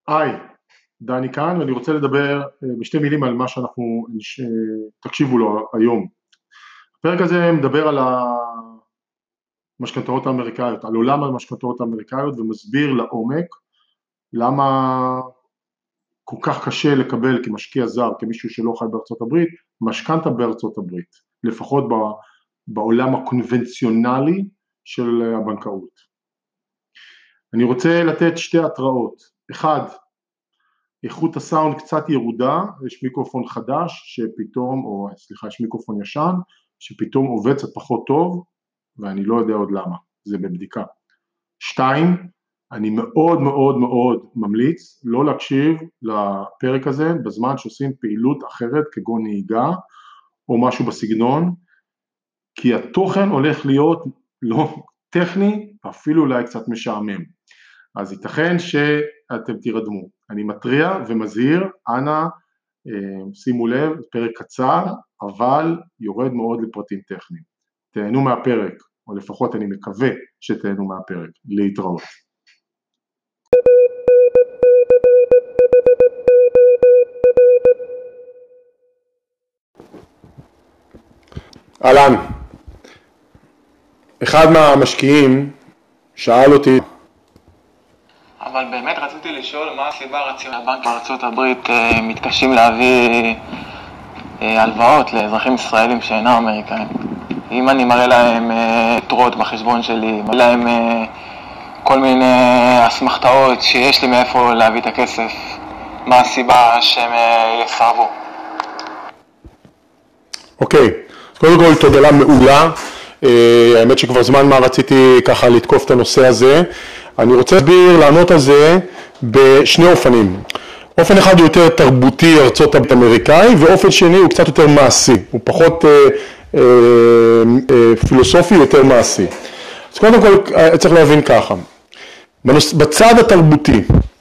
היי, דני כאן, ואני רוצה לדבר בשתי מילים על מה שאנחנו תקשיבו לו היום. הפרק הזה מדבר על המשכנתאות האמריקאיות, על עולם המשכנתאות האמריקאיות, ומסביר לעומק למה כל כך קשה לקבל כמשקיע זר, כמישהו שלא חי בארצות הברית, משכנתה בארצות הברית, לפחות בעולם הקונבנציונלי של הבנקאות. אני רוצה לתת שתי התראות. אחד, איכות הסאונד קצת ירודה, יש מיקרופון חדש שפתאום, או סליחה, יש מיקרופון ישן, שפתאום עובד קצת פחות טוב, ואני לא יודע עוד למה, זה בבדיקה. שתיים, אני מאוד מאוד מאוד ממליץ לא להקשיב לפרק הזה בזמן שעושים פעילות אחרת כגון נהיגה או משהו בסגנון, כי התוכן הולך להיות לא טכני, אפילו אולי קצת משעמם. אז ייתכן שאתם תירדמו. אני מטריע ומזהיר, אנא שימו לב, פרק קצר, אבל יורד מאוד לפרטים טכניים. תהנו מהפרק, או לפחות אני מקווה שתהנו מהפרק. להתראות. אהלן, אחד מהמשקיעים שאל אותי, אבל באמת רציתי לשאול מה הסיבה הרציונלית הבנקים בארצות הברית מתקשים להביא הלוואות לאזרחים ישראלים שאינם אמריקאים. אם אני מראה להם יתרות בחשבון שלי, מראה להם כל מיני אסמכתאות שיש לי מאיפה להביא את הכסף, מה הסיבה שהם יסרבו? אוקיי, קודם כל תודה מעולה, האמת שכבר זמן מה רציתי ככה לתקוף את הנושא הזה. אני רוצה לענות על זה בשני אופנים. אופן אחד הוא יותר תרבותי, ארצות הברית אמריקאי, ואופן שני הוא קצת יותר מעשי, הוא פחות פילוסופי, יותר מעשי. אז קודם כל צריך להבין ככה, בצד התרבותי,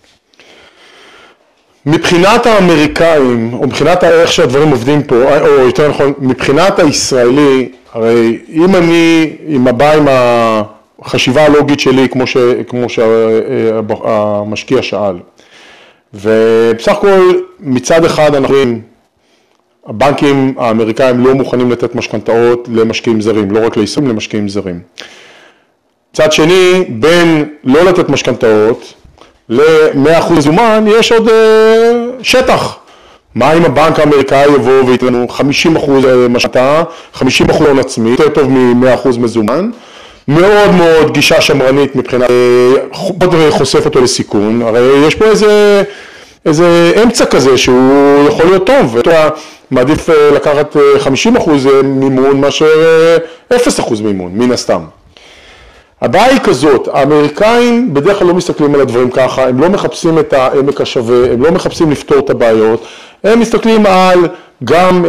מבחינת האמריקאים, או מבחינת איך שהדברים עובדים פה, או יותר נכון, מבחינת הישראלי, הרי אם הבא עם החשיבה הלוגית שלי, כמו שהמשקיע שאל, ובסך הכל מצד אחד אנחנו רואים, הבנקים האמריקאים לא מוכנים לתת משכנתאות למשקיעים זרים, לא רק לישראלים, למשקיעים זרים. מצד שני, בין לא לתת משכנתאות ל-100% מזומן, יש עוד שטח. מה אם הבנק האמריקאי יבוא וייתן לנו 50% משכנתה, 50% הון עצמי, יותר טוב מ-100% מזומן, מאוד מאוד גישה שמרנית מבחינת, חושף אותו לסיכון, הרי יש פה איזה אמצע כזה שהוא יכול להיות טוב, ואתה מעדיף לקחת 50% מימון מאשר 0% מימון, מן הסתם. הבעיה היא כזאת, האמריקאים בדרך כלל לא מסתכלים על הדברים ככה, הם לא מחפשים את העמק השווה, הם לא מחפשים לפתור את הבעיות, הם מסתכלים על גם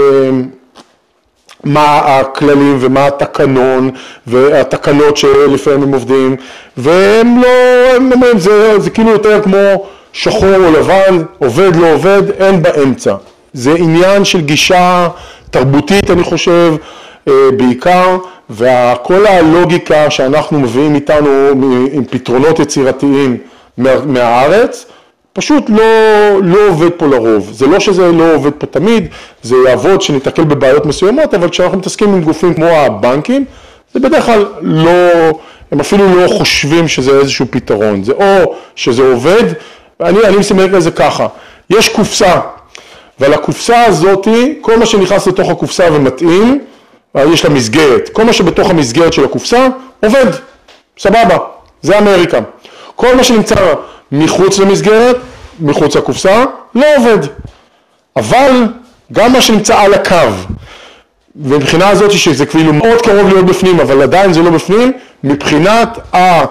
מה הכללים ומה התקנון והתקנות שלפעמים הם עובדים, והם לא, הם אומרים, זה כאילו יותר כמו שחור או לבן, עובד לא עובד, אין באמצע. זה עניין של גישה תרבותית אני חושב בעיקר, וכל הלוגיקה שאנחנו מביאים איתנו עם פתרונות יצירתיים מהארץ, פשוט לא עובד פה לרוב. זה לא שזה לא עובד פה תמיד, זה יעבוד שנתקל בבעיות מסוימות, אבל כשאנחנו מתעסקים עם גופים כמו הבנקים, זה בדרך כלל לא, הם אפילו לא חושבים שזה איזשהו פתרון. זה או שזה עובד, אני מסתכל על זה ככה, יש קופסה, ועל הקופסה הזאת, כל מה שנכנס לתוך הקופסה ומתאים, יש לה מסגרת, כל מה שבתוך המסגרת של הקופסה עובד, סבבה, זה אמריקה. כל מה שנמצא מחוץ למסגרת, מחוץ לקופסה, לא עובד. אבל גם מה שנמצא על הקו, ומבחינה הזאת שזה כאילו מאוד קרוב להיות בפנים, אבל עדיין זה לא בפנים, מבחינת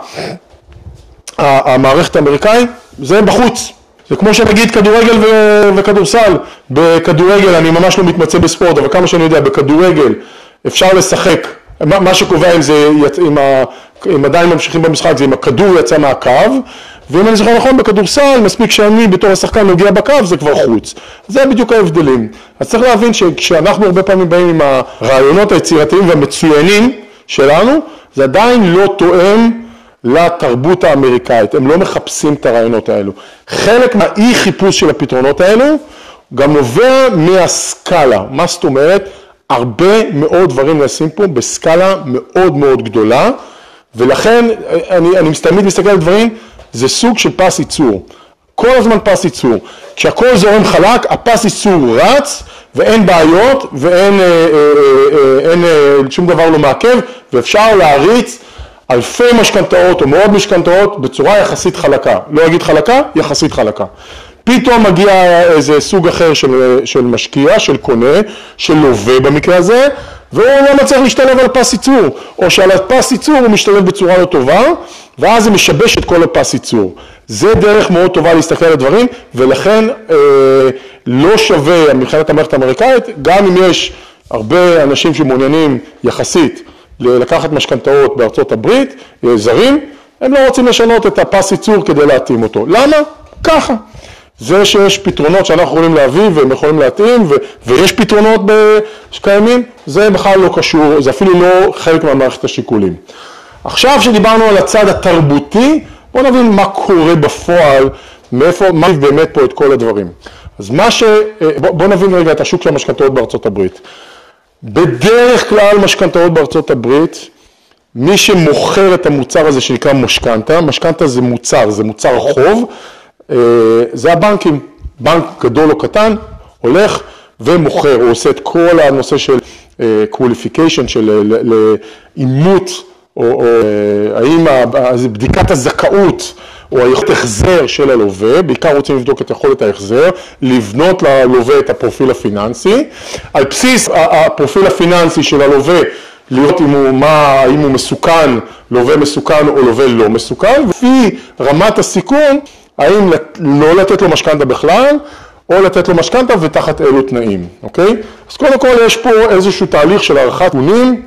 המערכת האמריקאית, זה בחוץ. זה כמו שנגיד כדורגל וכדורסל. בכדורגל אני ממש לא מתמצא בספורט, אבל כמה שאני יודע, בכדורגל אפשר לשחק. מה שקובע אם עדיין ממשיכים במשחק, זה אם הכדור יצא מהקו, ואם אני זוכר נכון, בכדורסל, מספיק שאני בתור השחקן נוגע בקו, זה כבר חוץ. זה בדיוק ההבדלים. אז צריך להבין שכשאנחנו הרבה פעמים באים עם הרעיונות היצירתיים והמצוינים שלנו, זה עדיין לא תואם לתרבות האמריקאית, הם לא מחפשים את הרעיונות האלו. חלק מהאי חיפוש של הפתרונות האלו גם נובע מהסקאלה. מה זאת אומרת? הרבה מאוד דברים נעשים פה בסקאלה מאוד מאוד גדולה, ולכן אני תמיד מסתכל על דברים, זה סוג של פס ייצור. כל הזמן פס ייצור. כשהכל זורם חלק, הפס ייצור רץ, ואין בעיות, ואין שום דבר לא מעכב, ואפשר להריץ אלפי משכנתאות או מאוד משכנתאות בצורה יחסית חלקה. לא אגיד חלקה, יחסית חלקה. פתאום מגיע איזה סוג אחר של משקיע, של קונה, של לווה במקרה הזה, והוא לא מצליח להשתלב על פס ייצור, או שעל הפס ייצור הוא משתלב בצורה לא טובה, ואז זה משבש את כל הפס ייצור. זה דרך מאוד טובה להסתכל על הדברים, ולכן לא שווה מבחינת המערכת האמריקאית, גם אם יש הרבה אנשים שמעוניינים יחסית לקחת משכנתאות בארצות הברית, זרים, הם לא רוצים לשנות את הפס ייצור כדי להתאים אותו. למה? ככה. זה שיש פתרונות שאנחנו יכולים להביא והם יכולים להתאים, ויש פתרונות שקיימים, זה בכלל לא קשור, זה אפילו לא חלק מהמערכת השיקולים. עכשיו שדיברנו על הצד התרבותי, בואו נבין מה קורה בפועל, מה באמת פה את כל הדברים. אז בואו נבין רגע את השוק של המשכנתאות בארצות הברית. בדרך כלל משכנתאות בארצות הברית, מי שמוכר את המוצר הזה שנקרא משכנתה, משכנתה זה מוצר חוב, זה הבנקים, בנק גדול או קטן, הולך ומוכר, הוא עושה את כל הנושא של qualification, של אימות, או האם בדיקת הזכאות, או היכולת החזר של הלווה, בעיקר רוצים לבדוק את יכולת ההחזר, לבנות ללווה את הפרופיל הפיננסי, על בסיס הפרופיל הפיננסי של הלווה, לראות האם הוא מסוכן, לווה מסוכן או לווה לא מסוכן, לפי רמת הסיכון, האם לא לתת לו משכנתה בכלל, או לתת לו משכנתה ותחת אילו תנאים, אוקיי? אז קודם כל יש פה איזשהו תהליך של הערכת סיכונים,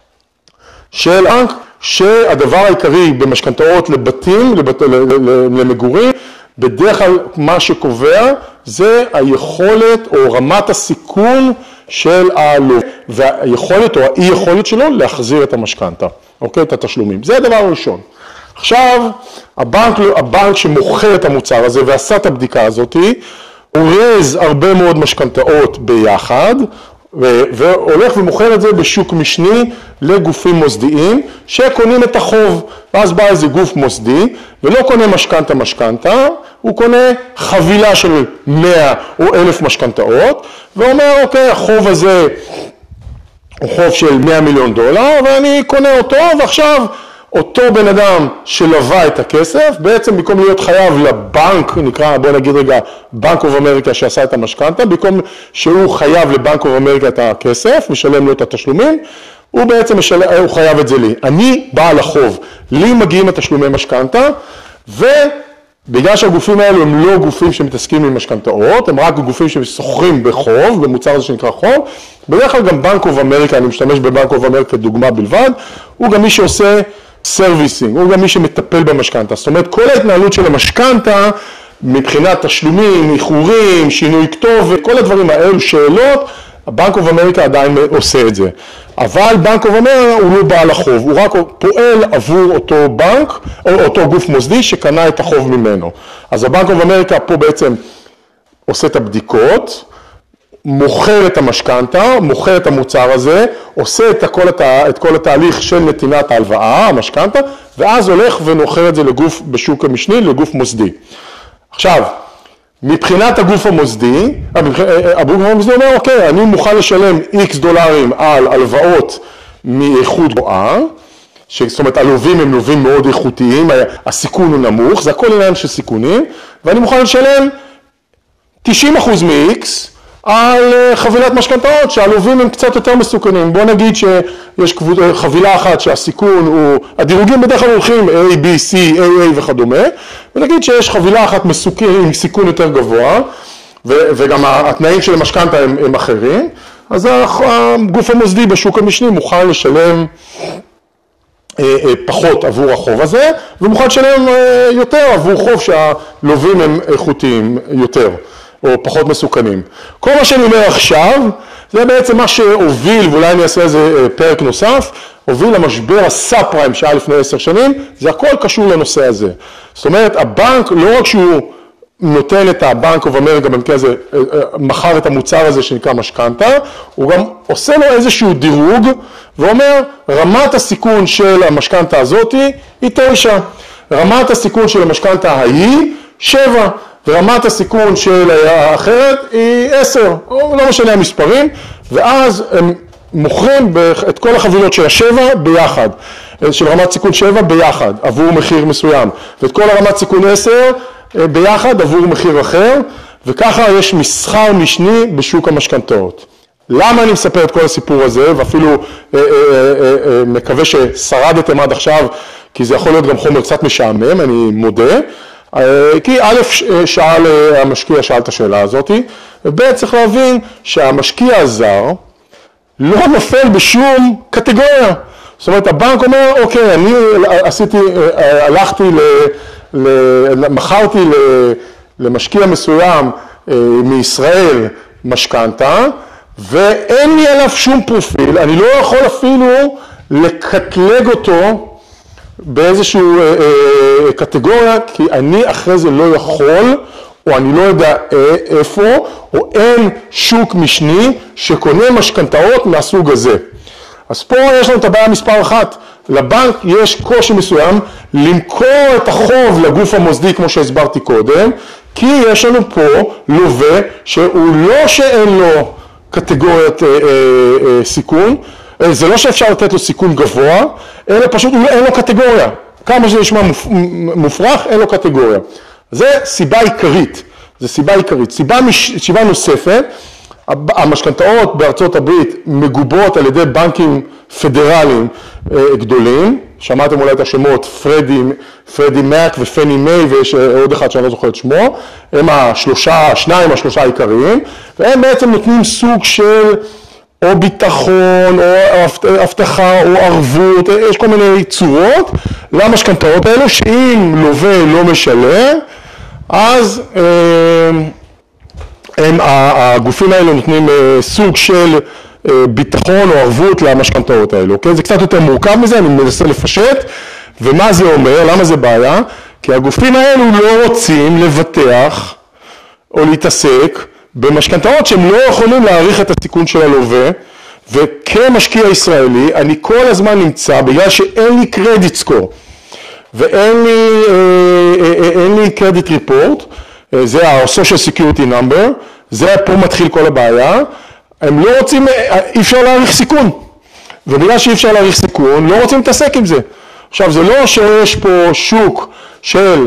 של בנק, שהדבר העיקרי במשכנתאות לבתים, למגורים, בדרך כלל מה שקובע זה היכולת או רמת הסיכון של הלווה, והיכולת או האי יכולת שלו להחזיר את המשכנתה, אוקיי? את התשלומים. זה הדבר הראשון. עכשיו, הבנק שמוכר את המוצר הזה ועשה את הבדיקה הזאת, אורז הרבה מאוד משכנתאות ביחד, והולך ומוכר את זה בשוק משני לגופים מוסדיים שקונים את החוב. ואז בא איזה גוף מוסדי ולא קונה משכנתה, הוא קונה חבילה של 100 או 1,000 משכנתאות, ואומר אוקיי, החוב הזה הוא חוב של $100 מיליון, ואני קונה אותו, ועכשיו אותו בן אדם שלווה את הכסף, בעצם במקום להיות חייב לבנק, נקרא, בוא נגיד רגע, בנק אוף אמריקה שעשה את המשכנתה, במקום שהוא חייב לבנק אוף אמריקה את הכסף, משלם לו את התשלומים, הוא בעצם הוא חייב את זה לי. אני בעל החוב, לי מגיעים התשלומי משכנתה, ובגלל שהגופים האלו הם לא גופים שמתעסקים עם משכנתאות, הם רק גופים שסוחרים בחוב, במוצר הזה שנקרא חוב, בדרך כלל גם בנק אוף אמריקה, אני משתמש בבנק אוף אמריקה כדוגמה בלבד, הוא גם מי שעושה סרוויסינג, הוא גם מי שמטפל במשכנתה. זאת אומרת, כל ההתנהלות של המשכנתה, מבחינת תשלומים, איחורים, שינוי כתובת, כל הדברים האלו, שאלות, הבנק אוף אמריקה עדיין עושה את זה. אבל בנק אוף אמריקה הוא לא בעל החוב, הוא רק פועל עבור אותו בנק, או אותו גוף מוסדי שקנה את החוב ממנו. אז הבנק אוף אמריקה פה בעצם עושה את הבדיקות, מוכר את המשכנתה, מוכר את המוצר הזה, עושה את כל התהליך של נתינת ההלוואה, המשכנתה, ואז הולך ונוכר את זה לגוף בשוק המשני, לגוף מוסדי. עכשיו, מבחינת הגוף המוסדי, הגוף המוסדי אומר, אוקיי, אני מוכן לשלם X דולרים על הלוואות מאיכות גבוהה, זאת אומרת, הלווים הם לווים מאוד איכותיים, הסיכון הוא נמוך, זה הכל עניין של סיכונים, ואני מוכן לשלם 90% מ-X, על חבילת משכנתאות שהלווים הם קצת יותר מסוכנים. בוא נגיד שיש חבילה אחת שהסיכון הוא, הדירוגים בדרך כלל הולכים A, B, C, AA וכדומה, ונגיד שיש חבילה אחת עם סיכון יותר גבוה, וגם התנאים של המשכנתה הם אחרים, אז הגוף המוסדי בשוק המשני מוכן לשלם פחות עבור החוב הזה, ומוכן לשלם יותר עבור חוב שהלווים הם איכותיים יותר. או פחות מסוכנים. כל מה שאני אומר עכשיו, זה בעצם מה שהוביל, ואולי אני אעשה איזה פרק נוסף, הוביל למשבר הסאב פריים שהיה לפני 10 שנים, זה הכל קשור לנושא הזה. זאת אומרת, הבנק, לא רק שהוא נותן את הבנק of America, במקרה הזה, מחר את המוצר הזה שנקרא משכנתה, הוא גם עושה לו איזשהו דירוג, ואומר, רמת הסיכון של המשכנתה הזאת היא 9, רמת הסיכון של המשכנתה ההיא 7, ורמת הסיכון של האחרת היא 10, או לא משנה המספרים, ואז הם מוכרים את כל החבילות של 7 ביחד, של רמת סיכון 7 ביחד, עבור מחיר מסוים, ואת כל הרמת סיכון 10 ביחד עבור מחיר אחר, וככה יש מסחר משני בשוק המשכנתאות. למה אני מספר את כל הסיפור הזה, ואפילו מקווה ששרדתם עד עכשיו, כי זה יכול להיות גם חומר קצת משעמם, אני מודה, כי א' המשקיע שאל את השאלה הזאת, וב' צריך להבין שהמשקיע הזר לא נופל בשום קטגוריה. זאת אומרת, הבנק אומר, אוקיי, אני מכרתי למשקיע מסוים מישראל משכנתה, ואין לי עליו שום פרופיל, אני לא יכול אפילו לקטלג אותו באיזשהו קטגוריה, כי אני אחרי זה לא יכול, או אני לא יודע איפה, או אין שוק משני שקונה משכנתאות מהסוג הזה. אז פה יש לנו את הבעיה מספר 1, לבנק יש קושי מסוים למכור את החוב לגוף המוסדי כמו שהסברתי קודם, כי יש לנו פה לווה שהוא לא שאין לו קטגוריית סיכון, זה לא שאפשר לתת לו סיכון גבוה, אלא פשוט אין לו קטגוריה, כמה שזה נשמע מופרך, אין לו קטגוריה. זה סיבה עיקרית, סיבה נוספת, המשכנתאות בארצות הברית מגובות על ידי בנקים פדרליים גדולים, שמעתם אולי את השמות פרדי מק ופני מיי, ויש עוד אחד שאני לא זוכר את שמו, הם שניים השלושה העיקריים, והם בעצם נותנים סוג של או ביטחון, או הבטחה, או ערבות, יש כל מיני צורות למשכנתאות האלו, שאם לווה לא משלם, אז הגופים האלו נותנים סוג של ביטחון או ערבות למשכנתאות האלו, אוקיי? זה קצת יותר מורכב מזה, אני מנסה לפשט, ומה זה אומר, למה זה בעיה? כי הגופים האלו לא רוצים לבטח או להתעסק במשכנתאות שהם לא יכולים להעריך את הסיכון של הלווה, וכמשקיע ישראלי אני כל הזמן נמצא, בגלל שאין לי קרדיט סקור, ואין לי קרדיט ריפורט, זה ה-social security number, זה פה מתחיל כל הבעיה, הם לא רוצים, אי אפשר להעריך סיכון, ובגלל שאי אפשר להעריך סיכון, לא רוצים להתעסק עם זה. עכשיו, זה לא שיש פה שוק של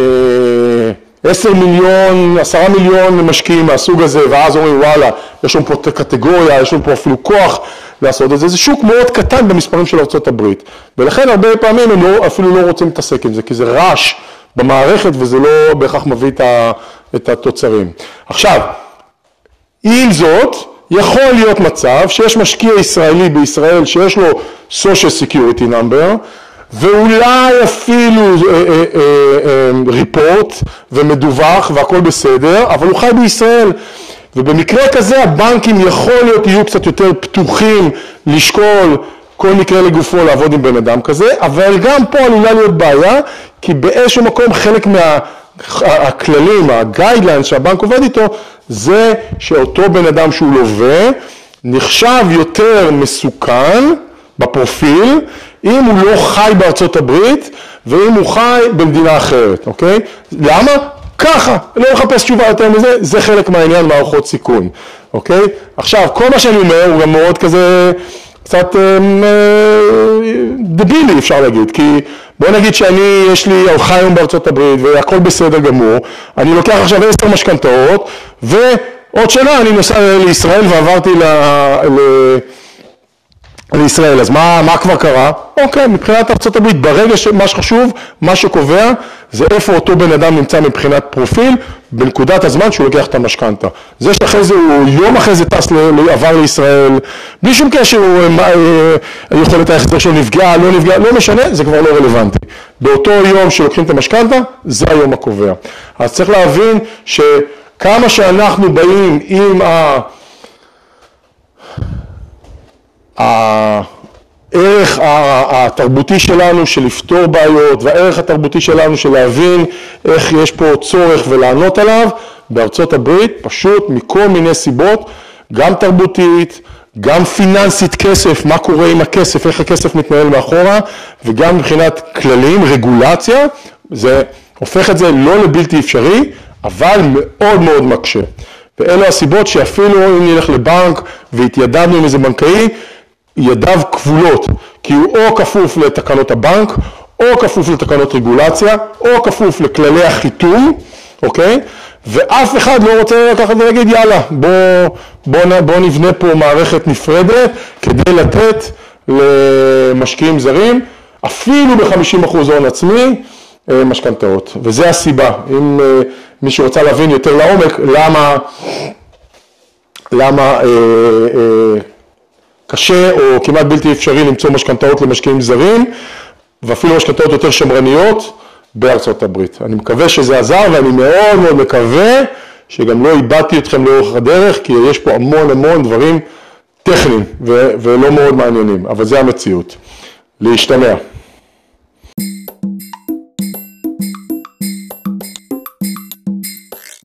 10 מיליון, 10 מיליון משקיעים מהסוג הזה, ואז אומרים, וואלה, יש לנו פה קטגוריה, יש לנו פה אפילו כוח לעשות את זה, זה שוק מאוד קטן במספרים של ארצות הברית, ולכן הרבה פעמים הם אפילו לא רוצים להתעסק עם זה, כי זה רעש במערכת, וזה לא בהכרח מביא את התוצרים. עכשיו, עם זאת, יכול להיות מצב שיש משקיע ישראלי בישראל שיש לו social security number, ואולי אפילו ריפורט ומדווח והכל בסדר, אבל הוא חי בישראל. ובמקרה כזה הבנקים יכול להיות יהיו קצת יותר פתוחים לשקול כל מקרה לגופו לעבוד עם בן אדם כזה, אבל גם פה עלולה להיות בעיה, כי באיזשהו מקום חלק מהכללים, הגיידליינס שהבנק עובד איתו, זה שאותו בן אדם שהוא לווה, נחשב יותר מסוכן בפרופיל, אם הוא לא חי בארצות הברית, ואם הוא חי במדינה אחרת, אוקיי? למה? ככה, לא לחפש תשובה יותר מזה, זה חלק מהעניין מערכות סיכון, אוקיי? עכשיו, כל מה שאני אומר הוא גם מאוד כזה, קצת דבילי אפשר להגיד, כי בוא נגיד יש לי חי היום בארצות הברית, והכל בסדר גמור, אני לוקח עכשיו 10 משכנתאות, ועוד שנה אני נוסע לישראל ועברתי לישראל, אז מה כבר קרה? אוקיי, מבחינת ארצות הברית, ברגע שמה שחשוב, מה שקובע, זה איפה אותו בן אדם נמצא מבחינת פרופיל, בנקודת הזמן שהוא לוקח את המשכנתה. זה שאחרי זה, הוא יום אחרי זה טס עבר לישראל, בלי שום קשר, יכולת ההחזר שלו נפגע, לא נפגע, לא משנה, זה כבר לא רלוונטי. באותו יום שלוקחים את המשכנתה, זה היום הקובע. אז צריך להבין שכמה שאנחנו באים עם הערך התרבותי שלנו של לפתור בעיות, והערך התרבותי שלנו של להבין איך יש פה צורך ולענות עליו, בארצות הברית פשוט מכל מיני סיבות, גם תרבותית, גם פיננסית כסף, מה קורה עם הכסף, איך הכסף מתנהל מאחורה, וגם מבחינת כללים, רגולציה, זה הופך את זה לא לבלתי אפשרי, אבל מאוד מאוד מקשה. ואלו הסיבות שאפילו אם נלך לבנק והתיידדנו עם איזה בנקאי, ידיו כבולות, כי הוא או כפוף לתקנות הבנק, או כפוף לתקנות רגולציה, או כפוף לכללי החיתום, אוקיי? ואף אחד לא רוצה לקחת ולהגיד יאללה, בוא נבנה פה מערכת נפרדת כדי לתת למשקיעים זרים, אפילו ב-50% הון עצמי, משכנתאות. וזה הסיבה, אם מישהו רוצה להבין יותר לעומק, למה קשה או כמעט בלתי אפשרי למצוא משכנתאות למשקיעים זרים, ואפילו משכנתאות יותר שמרניות בארצות הברית. אני מקווה שזה עזר, ואני מאוד מאוד מקווה שגם לא איבדתי אתכם לאורך הדרך, כי יש פה המון דברים טכניים ולא מאוד מעניינים, אבל זה המציאות. להשתמע.